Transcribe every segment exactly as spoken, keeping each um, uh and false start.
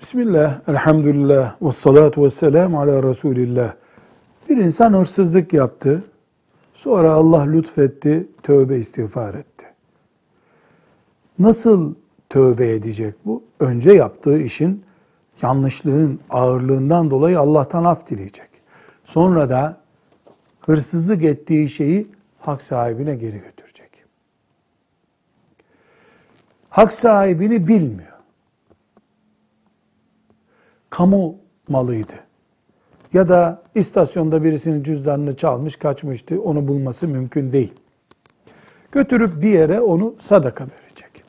Bismillah, elhamdülillah, ve salatu ve selamu ala Resulillah. Bir insan hırsızlık yaptı, sonra Allah lütfetti, tövbe istiğfar etti. Nasıl tövbe edecek bu? Önce yaptığı işin yanlışlığın ağırlığından dolayı Allah'tan af dileyecek. Sonra da hırsızlık ettiği şeyi hak sahibine geri götürecek. Hak sahibini bilmiyor. Kamu malıydı. Ya da istasyonda birisinin cüzdanını çalmış, kaçmıştı. Onu bulması mümkün değil. Götürüp bir yere onu sadaka verecek.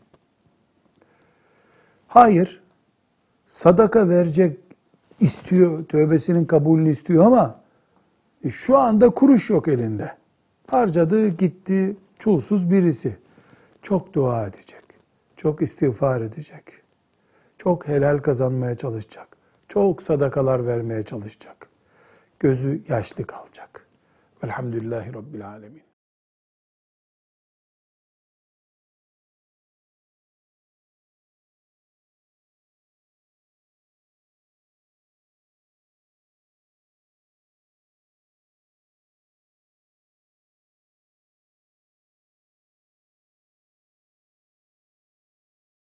Hayır, sadaka verecek istiyor, tövbesinin kabulünü istiyor ama e, şu anda kuruş yok elinde. Harcadı, gitti, çulsuz birisi. Çok dua edecek, çok istiğfar edecek, çok helal kazanmaya çalışacak, çok sadakalar vermeye çalışacak. Gözü yaşlı kalacak. Velhamdülillahi Rabbil Alemin.